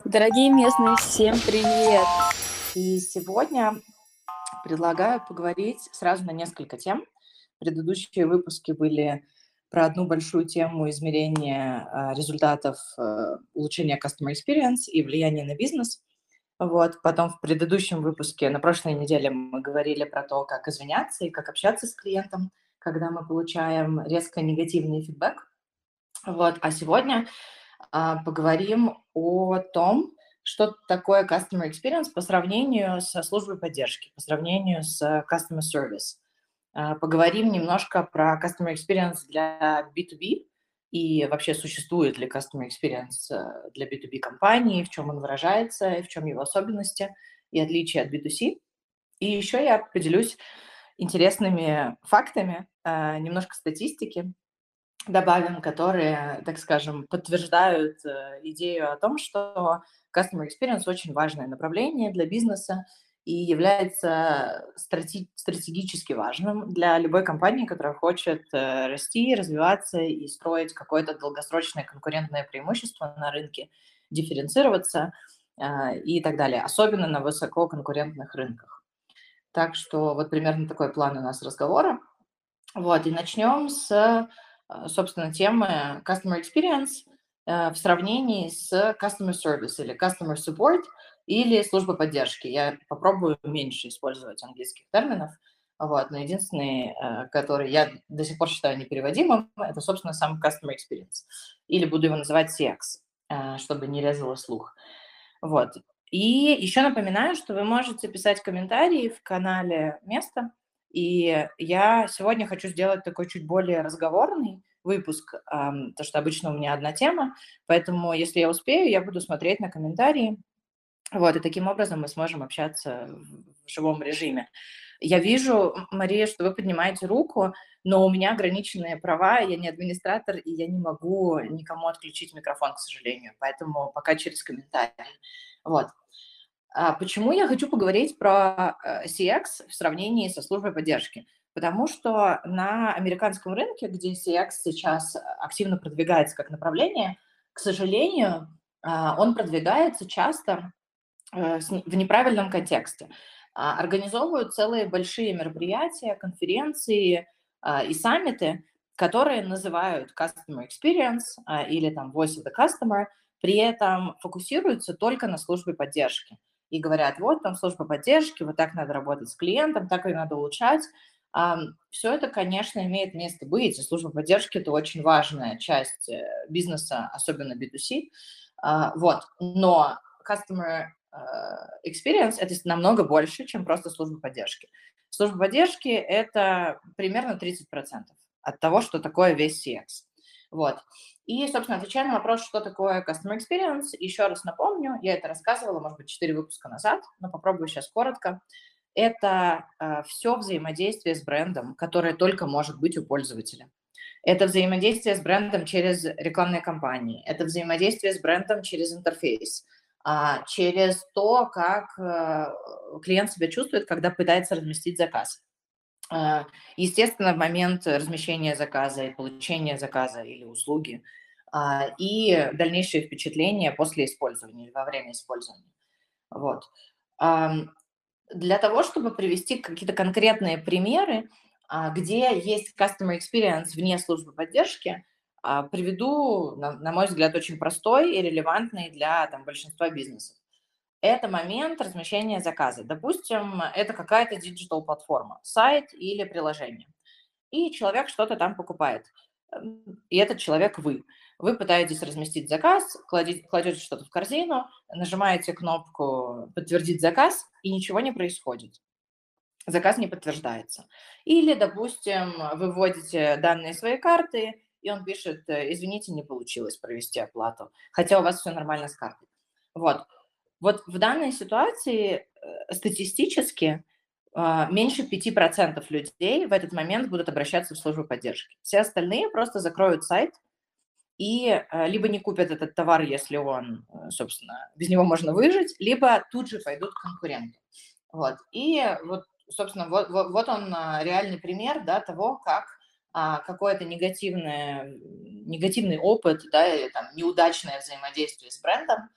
Дорогие местные, всем привет! И сегодня предлагаю поговорить сразу на несколько тем. Предыдущие выпуски были про одну большую тему измерения результатов улучшения customer experience и влияния на бизнес. Вот. Потом в предыдущем выпуске, на прошлой неделе, мы говорили про то, как извиняться и как общаться с клиентом, когда мы получаем резко негативный фидбэк. Вот. А сегодня поговорим о том, что такое customer experience по сравнению со службой поддержки, по сравнению с customer service. Поговорим немножко про customer experience для B2B и вообще существует ли customer experience для B2B компаний, в чем он выражается, и в чем его особенности и отличия от B2C. И еще я поделюсь интересными фактами, немножко статистики, добавим, которые, так скажем, подтверждают идею о том, что customer experience очень важное направление для бизнеса и является стратегически важным для любой компании, которая хочет расти, развиваться и строить какое-то долгосрочное конкурентное преимущество на рынке, дифференцироваться и так далее, особенно на высококонкурентных рынках. Так что вот примерно такой план у нас разговора. Вот, и начнем с, собственно, темы customer experience в сравнении с customer service или customer support или служба поддержки. Я попробую меньше использовать английских терминов, вот, но единственный, который я до сих пор считаю непереводимым, это, собственно, сам customer experience. Или буду его называть CX, чтобы не резало слух. Вот. И еще напоминаю, что вы можете писать комментарии в канале «Место», и я сегодня хочу сделать такой чуть более разговорный выпуск, потому что обычно у меня одна тема, поэтому, если я успею, я буду смотреть на комментарии, вот, и таким образом мы сможем общаться в живом режиме. Я вижу, Мария, что вы поднимаете руку, но у меня ограниченные права, я не администратор, и я не могу никому отключить микрофон, к сожалению, поэтому пока через комментарии. Вот. Почему я хочу поговорить про CX в сравнении со службой поддержки? Потому что на американском рынке, где CX сейчас активно продвигается как направление, к сожалению, он продвигается часто в неправильном контексте. Организовывают целые большие мероприятия, конференции и саммиты, которые называют Customer Experience или там Voice of the Customer, при этом фокусируются только на службе поддержки. И говорят, вот там служба поддержки, вот так надо работать с клиентом, так и надо улучшать. Все это, конечно, имеет место быть, и служба поддержки – это очень важная часть бизнеса, особенно B2C. Вот. Но customer experience – это намного больше, чем просто служба поддержки. Служба поддержки – это примерно 30% от того, что такое весь CX. Вот. И, собственно, отвечая на вопрос, что такое customer experience, еще раз напомню, я это рассказывала, может быть, 4 выпуска назад, но попробую сейчас коротко. Это все взаимодействие с брендом, которое только может быть у пользователя. Это взаимодействие с брендом через рекламные кампании, это взаимодействие с брендом через интерфейс, через то, как клиент себя чувствует, когда пытается разместить заказ. Естественно, в момент размещения заказа и получения заказа или услуги, и дальнейшие впечатления после использования или во время использования. Вот. Для того, чтобы привести какие-то конкретные примеры, где есть customer experience вне службы поддержки, приведу, на мой взгляд, очень простой и релевантный для большинства бизнесов. Это момент размещения заказа. Допустим, это какая-то диджитал-платформа, сайт или приложение. И человек что-то там покупает. И этот человек вы. Вы пытаетесь разместить заказ, кладете что-то в корзину, нажимаете кнопку «Подтвердить заказ», и ничего не происходит. Заказ не подтверждается. Или, допустим, вы вводите данные своей карты, и он пишет: «Извините, не получилось провести оплату», хотя у вас все нормально с картой. Вот. Вот в данной ситуации статистически меньше 5% людей в этот момент будут обращаться в службу поддержки. Все остальные просто закроют сайт и либо не купят этот товар, если он, собственно, без него можно выжить, либо тут же пойдут к конкуренту. Вот. И вот, собственно, вот он реальный пример, да, того, как какой-то негативный опыт, да, или там неудачное взаимодействие с брендом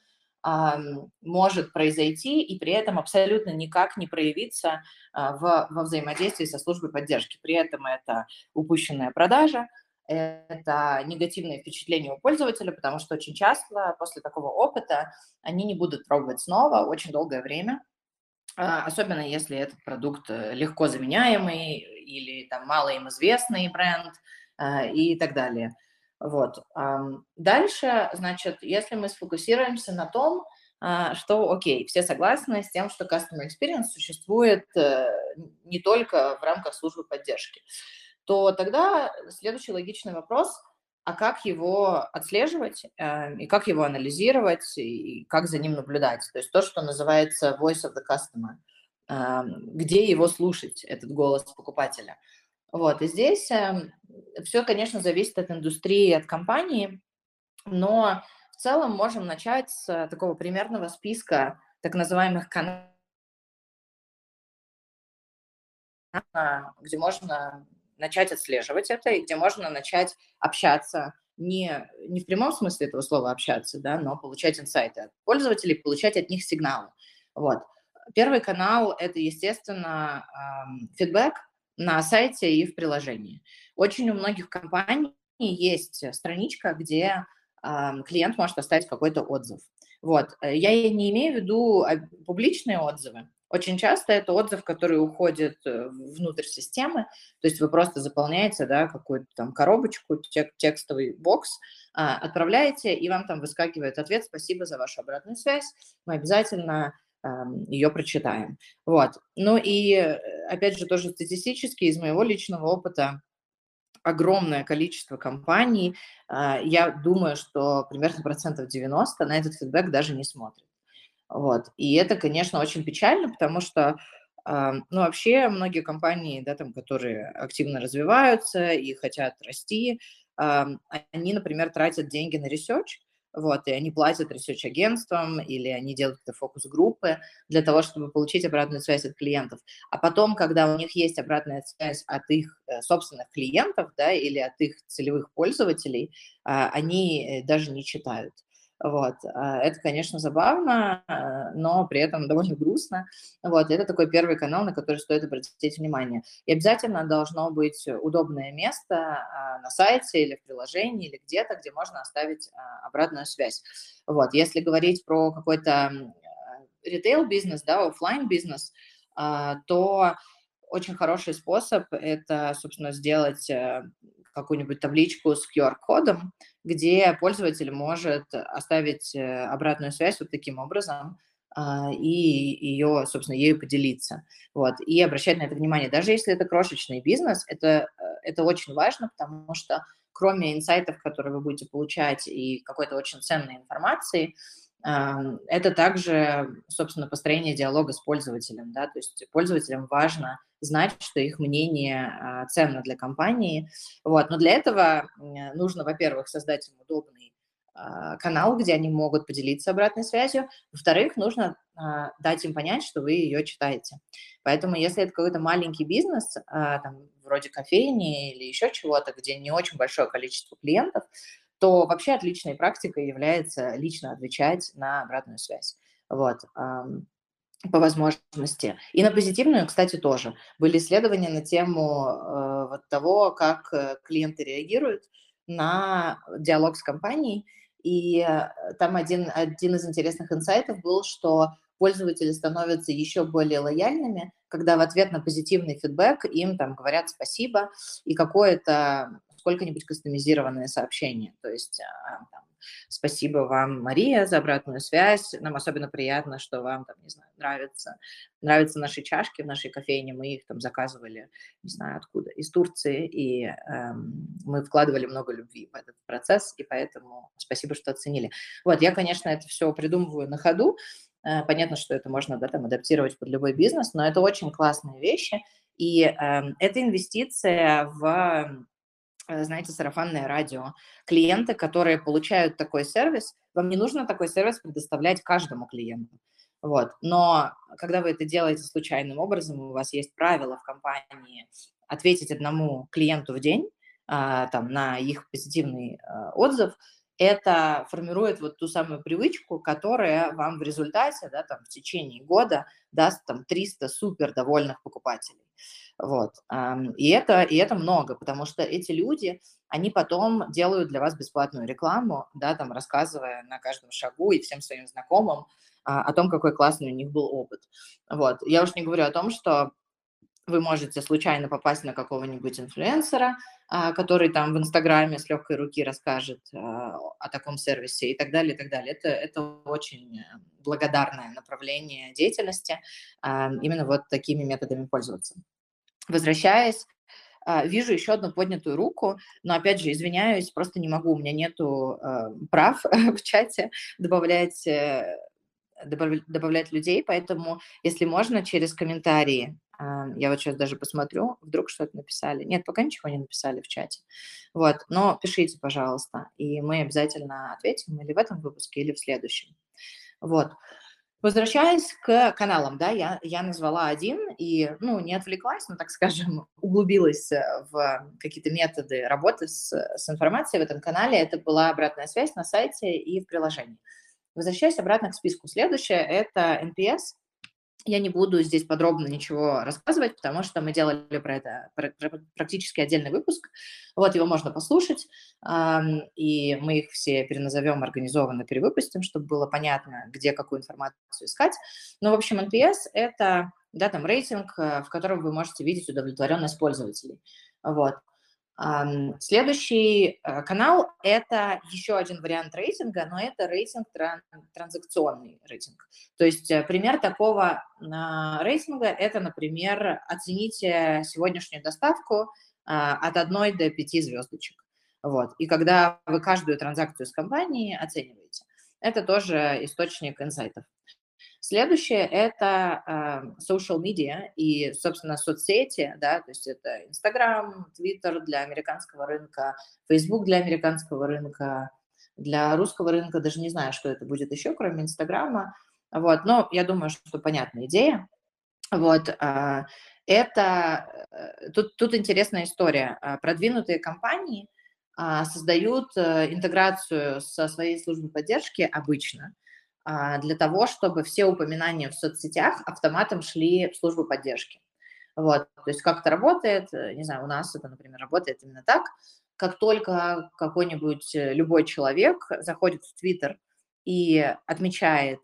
может произойти и при этом абсолютно никак не проявиться во взаимодействии со службой поддержки. При этом это упущенная продажа, это негативное впечатление у пользователя, потому что очень часто после такого опыта они не будут пробовать снова очень долгое время, особенно если этот продукт легко заменяемый или там мало им известный бренд и так далее. Вот. Дальше, значит, если мы сфокусируемся на том, что, окей, все согласны с тем, что Customer Experience существует не только в рамках службы поддержки, то тогда следующий логичный вопрос, а как его отслеживать, и как его анализировать, и как за ним наблюдать. То есть то, что называется voice of the customer, где его слушать, этот голос покупателя. Вот, и здесь все, конечно, зависит от индустрии, от компании, но в целом можем начать с такого примерного списка так называемых каналов, где можно начать отслеживать это и где можно начать общаться, не в прямом смысле этого слова общаться, да, но получать инсайты от пользователей, получать от них сигналы. Вот. Первый канал – это, естественно, фидбэк на сайте и в приложении. Очень у многих компаний есть страничка, где клиент может оставить какой-то отзыв. Вот. Я не имею в виду публичные отзывы. Очень часто это отзыв, который уходит внутрь системы, то есть вы просто заполняете, да, какую-то там коробочку, текстовый бокс, отправляете, и вам там выскакивает ответ: спасибо за вашу обратную связь, мы обязательно ее прочитаем. Вот. Ну и, опять же, тоже статистически из моего личного опыта огромное количество компаний, я думаю, что примерно 90% на этот фидбэк даже не смотрят. Вот. И это, конечно, очень печально, потому что, ну, вообще многие компании, да, там, которые активно развиваются и хотят расти, они, например, тратят деньги на research, вот, и они платят research-агентствам или они делают какие-то фокус-группы для того, чтобы получить обратную связь от клиентов. А потом, когда у них есть обратная связь от их собственных клиентов, да, или от их целевых пользователей, они даже не читают. Вот. Это, конечно, забавно, но при этом довольно грустно. Вот. Это такой первый канал, на который стоит обратить внимание. И обязательно должно быть удобное место на сайте или в приложении, или где-то, где можно оставить обратную связь. Вот. Если говорить про какой-то ритейл-бизнес, да, офлайн-бизнес, то очень хороший способ – это, собственно, сделать какую-нибудь табличку с QR-кодом, где пользователь может оставить обратную связь вот таким образом и ее, собственно, ею поделиться. Вот, и обращать на это внимание. Даже если это крошечный бизнес, это очень важно, потому что кроме инсайтов, которые вы будете получать, и какой-то очень ценной информации, это также, собственно, построение диалога с пользователем. Да? То есть пользователям важно знать, что их мнение ценно для компании. Вот. Но для этого нужно, во-первых, создать им удобный канал, где они могут поделиться обратной связью. Во-вторых, нужно дать им понять, что вы ее читаете. Поэтому если это какой-то маленький бизнес, там, вроде кофейни или еще чего-то, где не очень большое количество клиентов, то вообще отличной практикой является лично отвечать на обратную связь. Вот. По возможности. И на позитивную, кстати, тоже. Были исследования на тему вот того, как клиенты реагируют на диалог с компанией. И там один из интересных инсайтов был, что пользователи становятся еще более лояльными, когда в ответ на позитивный фидбэк им там говорят спасибо и какое-то сколько-нибудь кастомизированное сообщение. То есть там, спасибо вам, Мария, за обратную связь. Нам особенно приятно, что вам, там, не знаю, нравятся наши чашки в нашей кофейне. Мы их там заказывали, не знаю откуда, из Турции, и мы вкладывали много любви в этот процесс, и поэтому спасибо, что оценили. Вот, я, конечно, это все придумываю на ходу. Понятно, что это можно, да, там, адаптировать под любой бизнес, но это очень классные вещи, и это инвестиция в, знаете, сарафанное радио. Клиенты, которые получают такой сервис, вам не нужно такой сервис предоставлять каждому клиенту. Вот. Но когда вы это делаете случайным образом, у вас есть правило в компании ответить одному клиенту в день там, на их позитивный отзыв, это формирует вот ту самую привычку, которая вам в результате, да, там, в течение года даст там 300 супер довольных покупателей. Вот. И это много, потому что эти люди, они потом делают для вас бесплатную рекламу, да, там, рассказывая на каждом шагу и всем своим знакомым о том, какой классный у них был опыт. Вот. Я уж не говорю о том, что вы можете случайно попасть на какого-нибудь инфлюенсера, который там в Инстаграме с легкой руки расскажет о таком сервисе и так далее, и так далее. Это очень благодарное направление деятельности, именно вот такими методами пользоваться. Возвращаясь, вижу еще одну поднятую руку, но, опять же, извиняюсь, просто не могу, у меня нету прав в чате добавлять добавлять людей, поэтому, если можно, через комментарии. Я вот сейчас даже посмотрю, вдруг что-то написали. Нет, пока ничего не написали в чате. Вот, но пишите, пожалуйста, и мы обязательно ответим или в этом выпуске, или в следующем. Вот. Возвращаясь к каналам, да, я назвала один и, ну, не отвлеклась, но, так скажем, углубилась в какие-то методы работы с информацией в этом канале. Это была обратная связь на сайте и в приложении. Возвращаясь обратно к списку, следующее – это NPS. Я не буду здесь подробно ничего рассказывать, потому что мы делали про это практически отдельный выпуск. Вот, его можно послушать, и мы их все переназовем, организованно перевыпустим, чтобы было понятно, где какую информацию искать. Но, в общем, NPS – это, да, там, рейтинг, в котором вы можете видеть удовлетворенность пользователей. Вот. Следующий канал – это еще один вариант рейтинга, но это рейтинг транзакционный рейтинг. То есть пример такого рейтинга – это, например, оцените сегодняшнюю доставку от 1 до 5 звездочек. Вот. И когда вы каждую транзакцию с компанией оцениваете, это тоже источник инсайтов. Следующее – это social media и, собственно, соцсети, да, то есть это Instagram, Twitter для американского рынка, Facebook для американского рынка, для русского рынка даже не знаю, что это будет еще, кроме Инстаграма, вот, но я думаю, что понятная идея. Вот, тут интересная история. Продвинутые компании создают интеграцию со своей службой поддержки обычно, для того, чтобы все упоминания в соцсетях автоматом шли в службу поддержки. Вот, то есть как это работает, не знаю, у нас это, например, работает именно так, как только какой-нибудь любой человек заходит в Твиттер и отмечает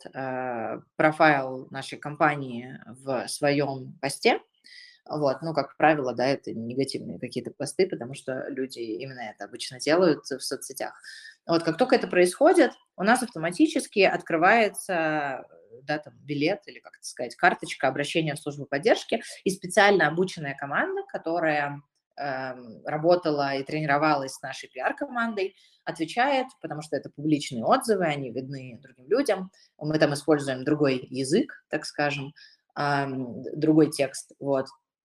профайл нашей компании в своем посте, вот, ну, как правило, да, это негативные какие-то посты, потому что люди именно это обычно делают в соцсетях. Вот, как только это происходит, у нас автоматически открывается, да, там, билет или, как это сказать, карточка обращения в службу поддержки, и специально обученная команда, которая работала и тренировалась с нашей пиар-командой, отвечает, потому что это публичные отзывы, они видны другим людям. Мы там используем другой язык, так скажем, другой текст, вот,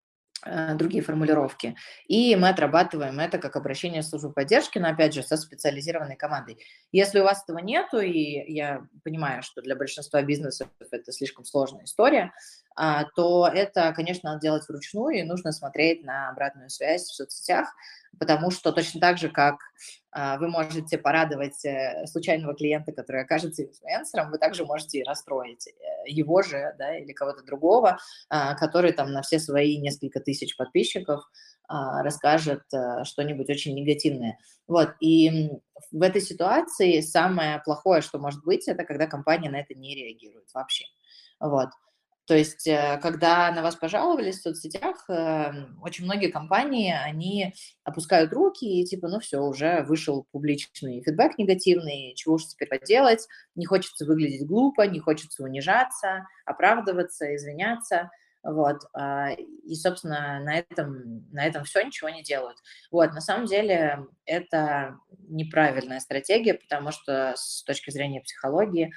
другие формулировки. И мы отрабатываем это как обращение в службу поддержки, но, опять же, со специализированной командой. Если у вас этого нету, и я понимаю, что для большинства бизнесов это слишком сложная история, то это, конечно, надо делать вручную, и нужно смотреть на обратную связь в соцсетях, потому что точно так же, как вы можете порадовать случайного клиента, который окажется инфлюенсером, вы также можете и расстроить его же, да, или кого-то другого, который там на все свои несколько тысяч подписчиков расскажет что-нибудь очень негативное. Вот, и в этой ситуации самое плохое, что может быть, это когда компания на это не реагирует вообще. Вот. То есть, когда на вас пожаловались в соцсетях, очень многие компании, они опускают руки и типа, ну все, уже вышел публичный фидбэк негативный, чего же теперь поделать, не хочется выглядеть глупо, не хочется унижаться, оправдываться, извиняться, вот, и, собственно, на этом все, ничего не делают. Вот, на самом деле это неправильная стратегия, потому что с точки зрения психологии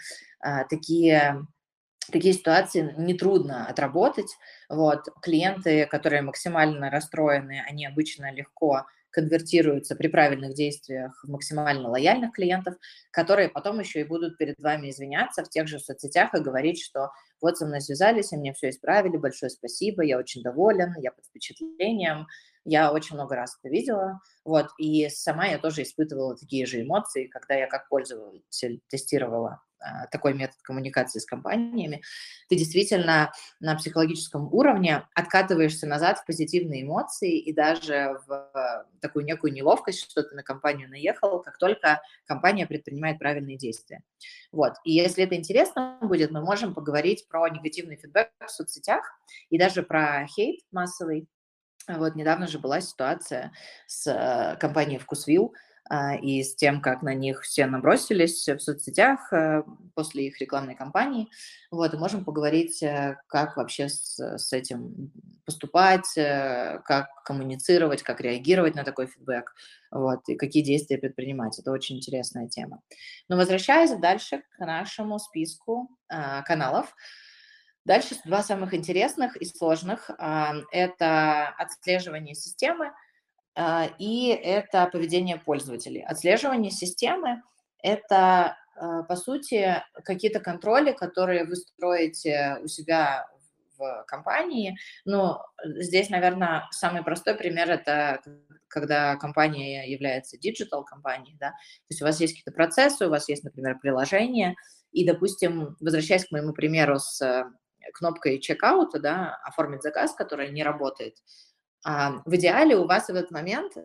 такие ситуации нетрудно отработать. Вот. Клиенты, которые максимально расстроены, они обычно легко конвертируются при правильных действиях в максимально лояльных клиентов, которые потом еще и будут перед вами извиняться в тех же соцсетях и говорить, что вот со мной связались, и мне все исправили, большое спасибо, я очень доволен, я под впечатлением, я очень много раз это видела, вот, и сама я тоже испытывала такие же эмоции, когда я как пользователь тестировала такой метод коммуникации с компаниями. Ты действительно на психологическом уровне откатываешься назад в позитивные эмоции и даже в такую некую неловкость, что ты на компанию наехал, как только компания предпринимает правильные действия. Вот. И если это интересно будет, мы можем поговорить про негативный фидбэк в соцсетях и даже про хейт массовый. Вот недавно же была ситуация с компанией «Вкусвилл», и с тем, как на них все набросились в соцсетях после их рекламной кампании. Вот, и можем поговорить, как вообще с этим поступать, как коммуницировать, как реагировать на такой фидбэк, вот, и какие действия предпринимать. Это очень интересная тема. Но возвращаясь дальше к нашему списку каналов, дальше два самых интересных и сложных. Это отслеживание системы и это поведение пользователей. Отслеживание системы – это, по сути, какие-то контроли, которые вы строите у себя в компании. Ну, здесь, наверное, самый простой пример – это когда компания является диджитал-компанией, да, то есть у вас есть какие-то процессы, у вас есть, например, приложение, и, допустим, возвращаясь к моему примеру с кнопкой чекаута, да, оформить заказ, которая не работает, в идеале у вас в этот момент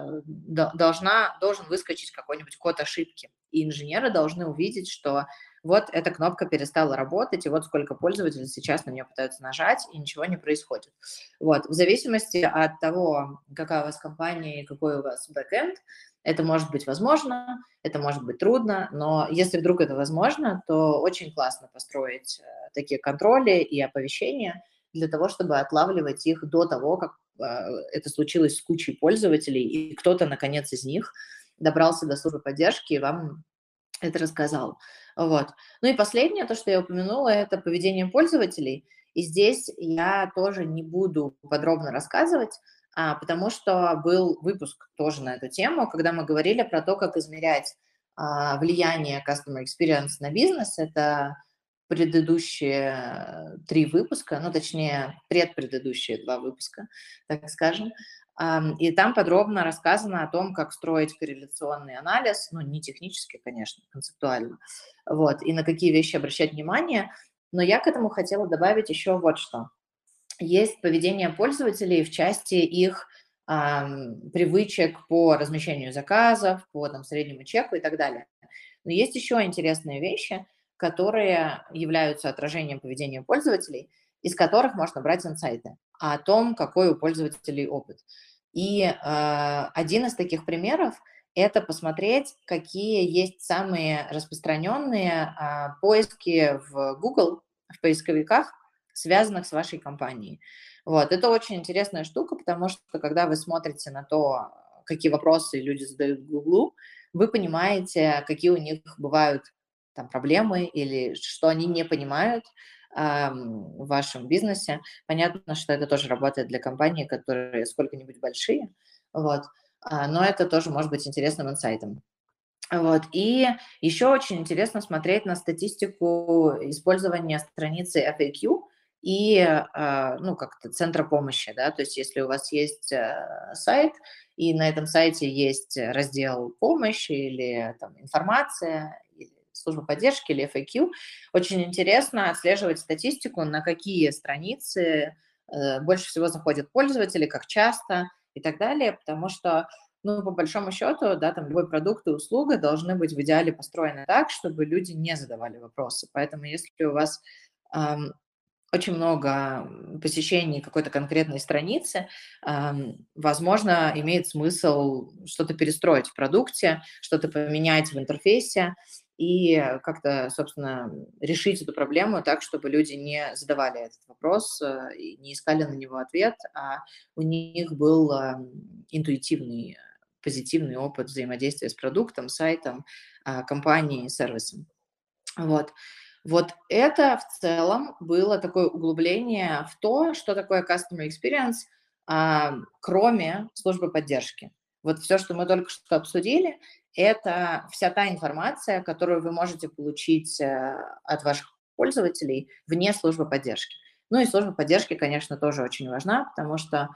должен выскочить какой-нибудь код ошибки, и инженеры должны увидеть, что вот эта кнопка перестала работать, и вот сколько пользователей сейчас на нее пытаются нажать, и ничего не происходит. Вот. В зависимости от того, какая у вас компания и какой у вас бэкэнд, это может быть возможно, это может быть трудно, но если вдруг это возможно, то очень классно построить такие контроли и оповещения для того, чтобы отлавливать их до того, как это случилось с кучей пользователей, и кто-то, наконец, из них добрался до службы поддержки и вам это рассказал. Вот. Ну и последнее, то, что я упомянула, это поведение пользователей. И здесь я тоже не буду подробно рассказывать, потому что был выпуск тоже на эту тему, когда мы говорили про то, как измерять влияние Customer Experience на бизнес. Это предыдущие 3 выпуска, ну, точнее, предпредыдущие 2 выпуска, так скажем. И там подробно рассказано о том, как строить корреляционный анализ, ну, не технически, конечно, концептуально, вот, и на какие вещи обращать внимание. Но я к этому хотела добавить еще вот что. Есть поведение пользователей в части их привычек по размещению заказов, по там, среднему чеку и так далее. Но есть еще интересные вещи, которые являются отражением поведения пользователей, из которых можно брать инсайты о том, какой у пользователей опыт. И один из таких примеров – это посмотреть, какие есть самые распространенные поиски в Google, в поисковиках, связанных с вашей компанией. Вот. Это очень интересная штука, потому что когда вы смотрите на то, какие вопросы люди задают Google, вы понимаете, какие у них бывают там проблемы или что они не понимают в вашем бизнесе. Понятно, что это тоже работает для компаний, которые сколько-нибудь большие, вот, но это тоже может быть интересным инсайтом. Вот. И еще очень интересно смотреть на статистику использования страницы FAQ и ну, как-то центра помощи. Да? То есть если у вас есть сайт, и на этом сайте есть раздел «Помощь» или там, «Информация», или служба поддержки, или FAQ, очень интересно отслеживать статистику, на какие страницы больше всего заходят пользователи, как часто и так далее, потому что ну, по большому счету, да, там любой продукт и услуга должны быть в идеале построены так, чтобы люди не задавали вопросы. Поэтому если у вас очень много посещений какой-то конкретной страницы, возможно, имеет смысл что-то перестроить в продукте, что-то поменять в интерфейсе и как-то, собственно, решить эту проблему так, чтобы люди не задавали этот вопрос и не искали на него ответ, а у них был интуитивный, позитивный опыт взаимодействия с продуктом, сайтом, компанией, сервисом. Вот. Вот это в целом было такое углубление в то, что такое customer experience, кроме службы поддержки. Вот все, что мы только что обсудили, это вся та информация, которую вы можете получить от ваших пользователей вне службы поддержки. Ну и служба поддержки, конечно, тоже очень важна, потому что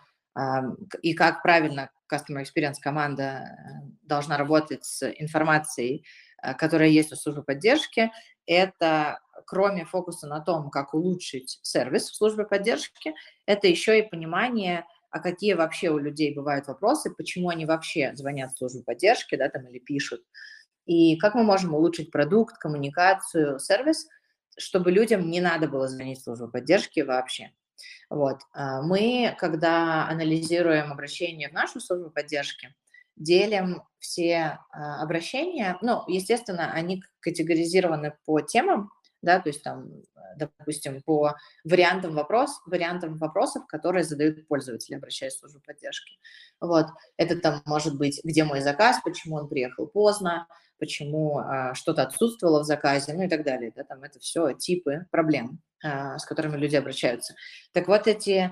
и как правильно Customer Experience команда должна работать с информацией, которая есть у службы поддержки, это кроме фокуса на том, как улучшить сервис в службе поддержки, это еще и понимание, а какие вообще у людей бывают вопросы, почему они вообще звонят в службу поддержки, да, там, или пишут, и как мы можем улучшить продукт, коммуникацию, сервис, чтобы людям не надо было звонить в службу поддержки вообще. Вот. Мы, когда анализируем обращения в нашу службу поддержки, делим все обращения, ну, естественно, они категоризированы по темам, да, то есть там, допустим, по вариантам вопросов, которые задают пользователи, обращаясь в службу поддержки. Вот. Это там может быть, где мой заказ, почему он приехал поздно, почему что-то отсутствовало в заказе, ну и так далее. Да, там это все типы проблем, с которыми люди обращаются. Так вот,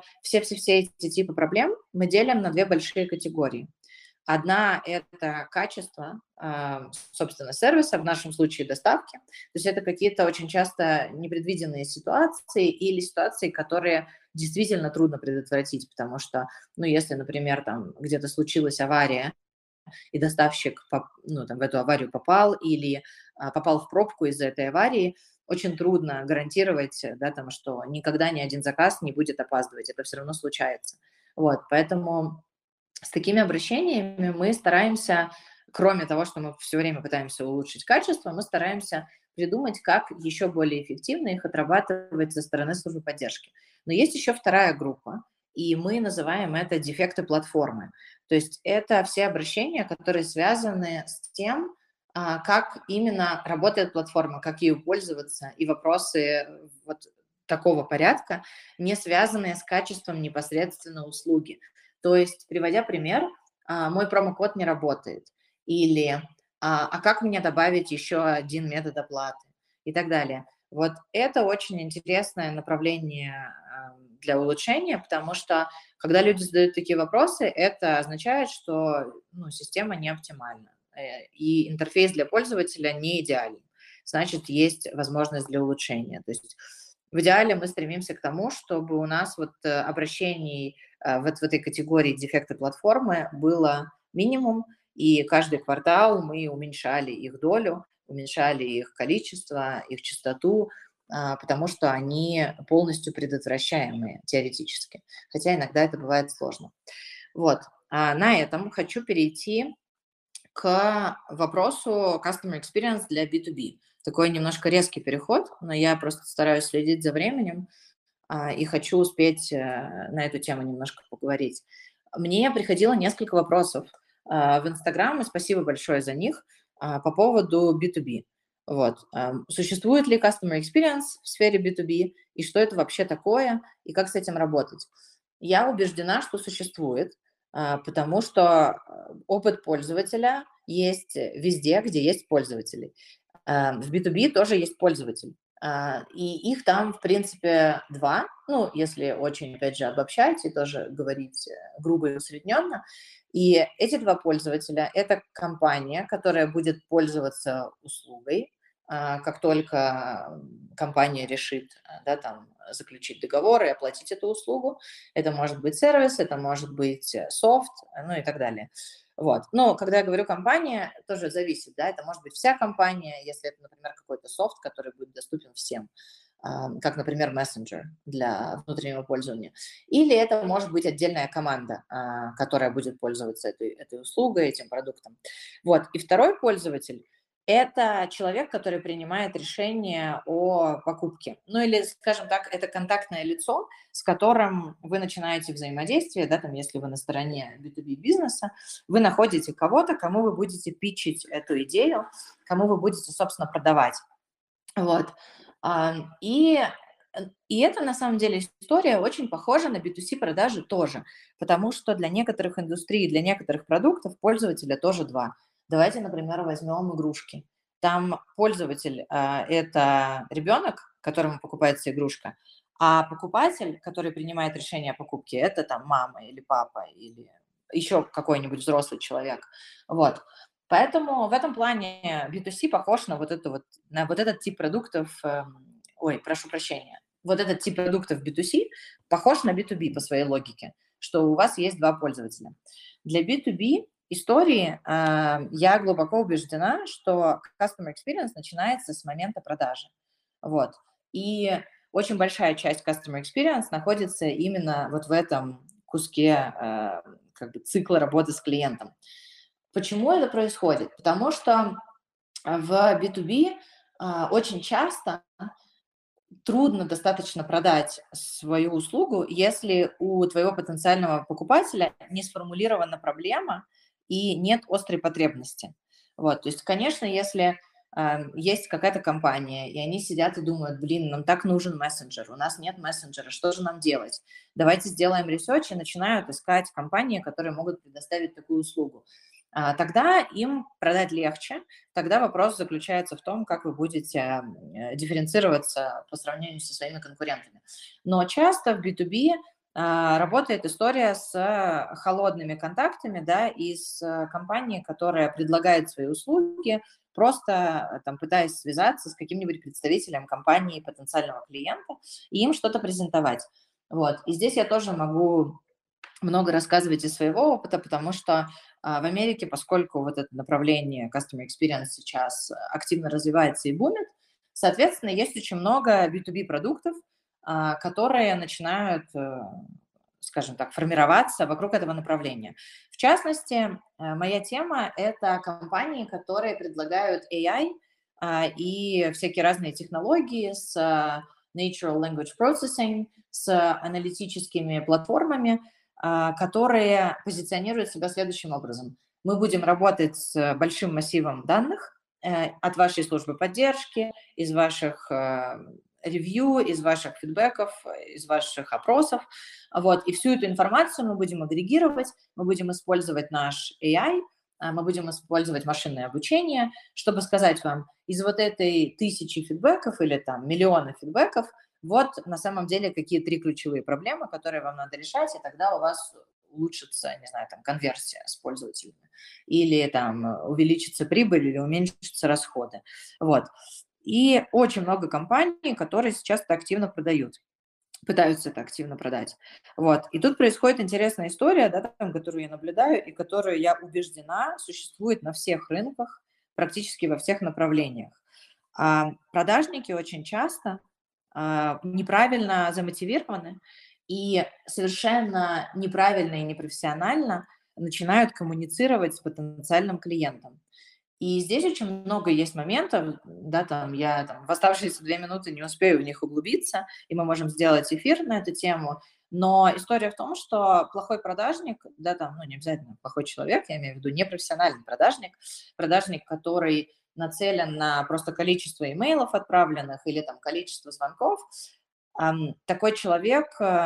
все эти типы проблем мы делим на две большие категории. Одна – это качество, собственно, сервиса, в нашем случае доставки. То есть это какие-то очень часто непредвиденные ситуации или ситуации, которые действительно трудно предотвратить, потому что, ну, если, например, там где-то случилась авария, и доставщик ну, там, в эту аварию попал или попал в пробку из-за этой аварии, очень трудно гарантировать, да, там, что никогда ни один заказ не будет опаздывать, это все равно случается. Вот, поэтому с такими обращениями мы стараемся, кроме того, что мы все время пытаемся улучшить качество, мы стараемся придумать, как еще более эффективно их отрабатывать со стороны службы поддержки. Но есть еще вторая группа, и мы называем это дефекты платформы. То есть это все обращения, которые связаны с тем, как именно работает платформа, как ею пользоваться, и вопросы вот такого порядка, не связанные с качеством непосредственно услуги. То есть, приводя пример, мой промокод не работает, или как мне добавить еще один метод оплаты и так далее. Вот это очень интересное направление для улучшения, потому что когда люди задают такие вопросы, это означает, что ну, система не оптимальна, и интерфейс для пользователя не идеален. Значит, есть возможность для улучшения. То есть в идеале мы стремимся к тому, чтобы у нас вот обращений вот в этой категории дефекты платформы было минимум, и каждый квартал мы уменьшали их долю, уменьшали их количество, их частоту, потому что они полностью предотвращаемые теоретически, хотя иногда это бывает сложно. Вот. На этом хочу перейти к вопросу Customer Experience для B2B. Такой немножко резкий переход, но я просто стараюсь следить за временем и хочу успеть на эту тему немножко поговорить. Мне приходило несколько вопросов в Инстаграм, и спасибо большое за них, по поводу B2B. Вот. Существует ли Customer Experience в сфере B2B, и что это вообще такое, и как с этим работать? Я убеждена, что существует, потому что опыт пользователя есть везде, где есть пользователи. В B2B тоже есть пользователь. И их там, в принципе, два. Ну, если очень, опять же, обобщать и тоже говорить грубо и усредненно. И эти два пользователя – это компания, которая будет пользоваться услугой, как только компания решит, да, там, заключить договор и оплатить эту услугу. Это может быть сервис, это может быть софт, ну и так далее. Вот. Но когда я говорю компания, тоже зависит, да, это может быть вся компания, если это, например, какой-то софт, который будет доступен всем, как, например, мессенджер для внутреннего пользования. Или это может быть отдельная команда, которая будет пользоваться этой услугой, этим продуктом. Вот. И второй пользователь – это человек, который принимает решение о покупке. Ну или, скажем так, это контактное лицо, с которым вы начинаете взаимодействие, да, там, если вы на стороне B2B бизнеса, вы находите кого-то, кому вы будете питчить эту идею, кому вы будете, собственно, продавать. Вот. И это, на самом деле, история очень похожа на B2C продажи тоже, потому что для некоторых индустрий, для некоторых продуктов пользователя тоже два. Давайте, например, возьмем игрушки. Там пользователь это ребенок, которому покупается игрушка, а покупатель, который принимает решение о покупке, это там мама или папа или еще какой-нибудь взрослый человек. Вот. Поэтому в этом плане B2C похож на на вот этот тип продуктов, прошу прощения, вот этот тип продуктов B2C похож на B2B по своей логике, что у вас есть два пользователя. Для B2B истории я глубоко убеждена, что customer experience начинается с момента продажи. Вот. И очень большая часть customer experience находится именно вот в этом куске цикла работы с клиентом. Почему это происходит? Потому что в B2B очень часто трудно достаточно продать свою услугу, если у твоего потенциального покупателя не сформулирована проблема и нет острой потребности. Вот, то есть, конечно, если есть какая-то компания, и они сидят и думают, блин, нам так нужен мессенджер, у нас нет мессенджера, что же нам делать? Давайте сделаем ресерч и начинают искать компании, которые могут предоставить такую услугу. Тогда им продать легче. Тогда вопрос заключается в том, как вы будете дифференцироваться по сравнению со своими конкурентами. Но часто в B2B работает история с холодными контактами, да, и с компанией, которая предлагает свои услуги, просто там пытаясь связаться с каким-нибудь представителем компании потенциального клиента и им что-то презентовать. Вот. И здесь я тоже могу много рассказывать из своего опыта, потому что в Америке, поскольку вот это направление Customer Experience сейчас активно развивается и бумит, соответственно, есть очень много B2B продуктов, которые начинают, скажем так, формироваться вокруг этого направления. В частности, моя тема – это компании, которые предлагают AI и всякие разные технологии с Natural Language Processing, с аналитическими платформами, которые позиционируют себя следующим образом. Мы будем работать с большим массивом данных от вашей службы поддержки, из ваших ревью, из ваших фидбэков, из ваших опросов. Вот. И всю эту информацию мы будем агрегировать, мы будем использовать наш AI, мы будем использовать машинное обучение, чтобы сказать вам, из вот этой 1000 фидбэков или там миллиона фидбэков, вот на самом деле какие 3 ключевые проблемы, которые вам надо решать, и тогда у вас улучшится, не знаю, там, конверсия с пользователями, или там увеличится прибыль, или уменьшатся расходы. Вот. И очень много компаний, которые сейчас это активно продают, пытаются это активно продать. Вот. И тут происходит интересная история, да, там, которую я наблюдаю и которую, я убеждена, существует на всех рынках, практически во всех направлениях. Продажники очень часто неправильно замотивированы и совершенно неправильно и непрофессионально начинают коммуницировать с потенциальным клиентом. И здесь очень много есть моментов, да, там я там, в оставшиеся 2 минуты не успею в них углубиться, и мы можем сделать эфир на эту тему, но история в том, что плохой продажник, да, там, ну, не обязательно плохой человек, я имею в виду непрофессиональный продажник, который нацелен на просто количество имейлов отправленных или там количество звонков, такой человек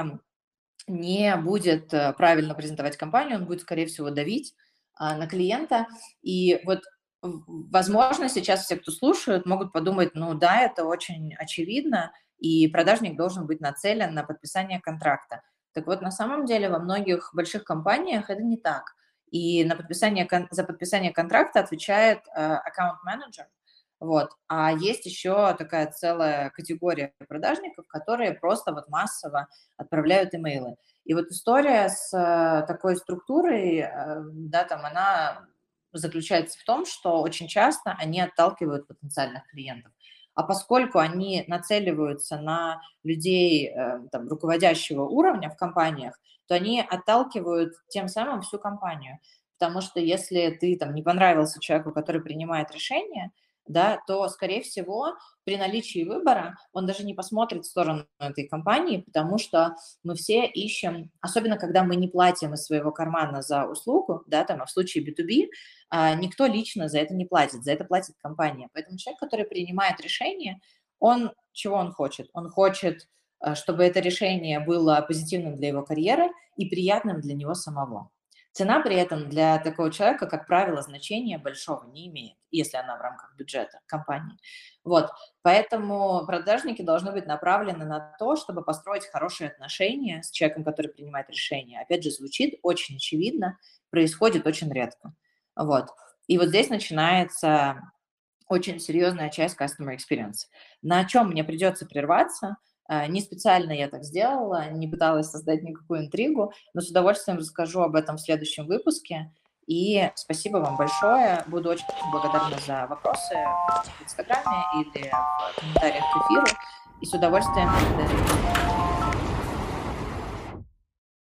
не будет правильно презентовать компанию, он будет, скорее всего, давить на клиента. И вот, возможно, сейчас все, кто слушают, могут подумать, ну да, это очень очевидно, и продажник должен быть нацелен на подписание контракта. Так вот, на самом деле во многих больших компаниях это не так. И за подписание контракта отвечает аккаунт-менеджер. Вот. А есть еще такая целая категория продажников, которые просто вот массово отправляют имейлы. И вот история с такой структурой, да, там она заключается в том, что очень часто они отталкивают потенциальных клиентов. А поскольку они нацеливаются на людей там, руководящего уровня в компаниях, то они отталкивают тем самым всю компанию. Потому что если ты там не понравился человеку, который принимает решение, да, то, скорее всего, при наличии выбора он даже не посмотрит в сторону этой компании, потому что мы все ищем, особенно когда мы не платим из своего кармана за услугу, да, там, а в случае B2B, никто лично за это не платит, за это платит компания. Поэтому человек, который принимает решение, чего он хочет? Он хочет, чтобы это решение было позитивным для его карьеры и приятным для него самого. Цена при этом для такого человека, как правило, значения большого не имеет, если она в рамках бюджета компании. Вот. Поэтому продажники должны быть направлены на то, чтобы построить хорошие отношения с человеком, который принимает решение. Опять же, звучит очень очевидно, происходит очень редко. Вот. И вот здесь начинается очень серьезная часть customer experience. На чем мне придется прерваться? Не специально я так сделала, не пыталась создать никакую интригу, но с удовольствием расскажу об этом в следующем выпуске. И спасибо вам большое. Буду очень благодарна за вопросы в Инстаграме или в комментариях к эфиру. И с удовольствием передаю.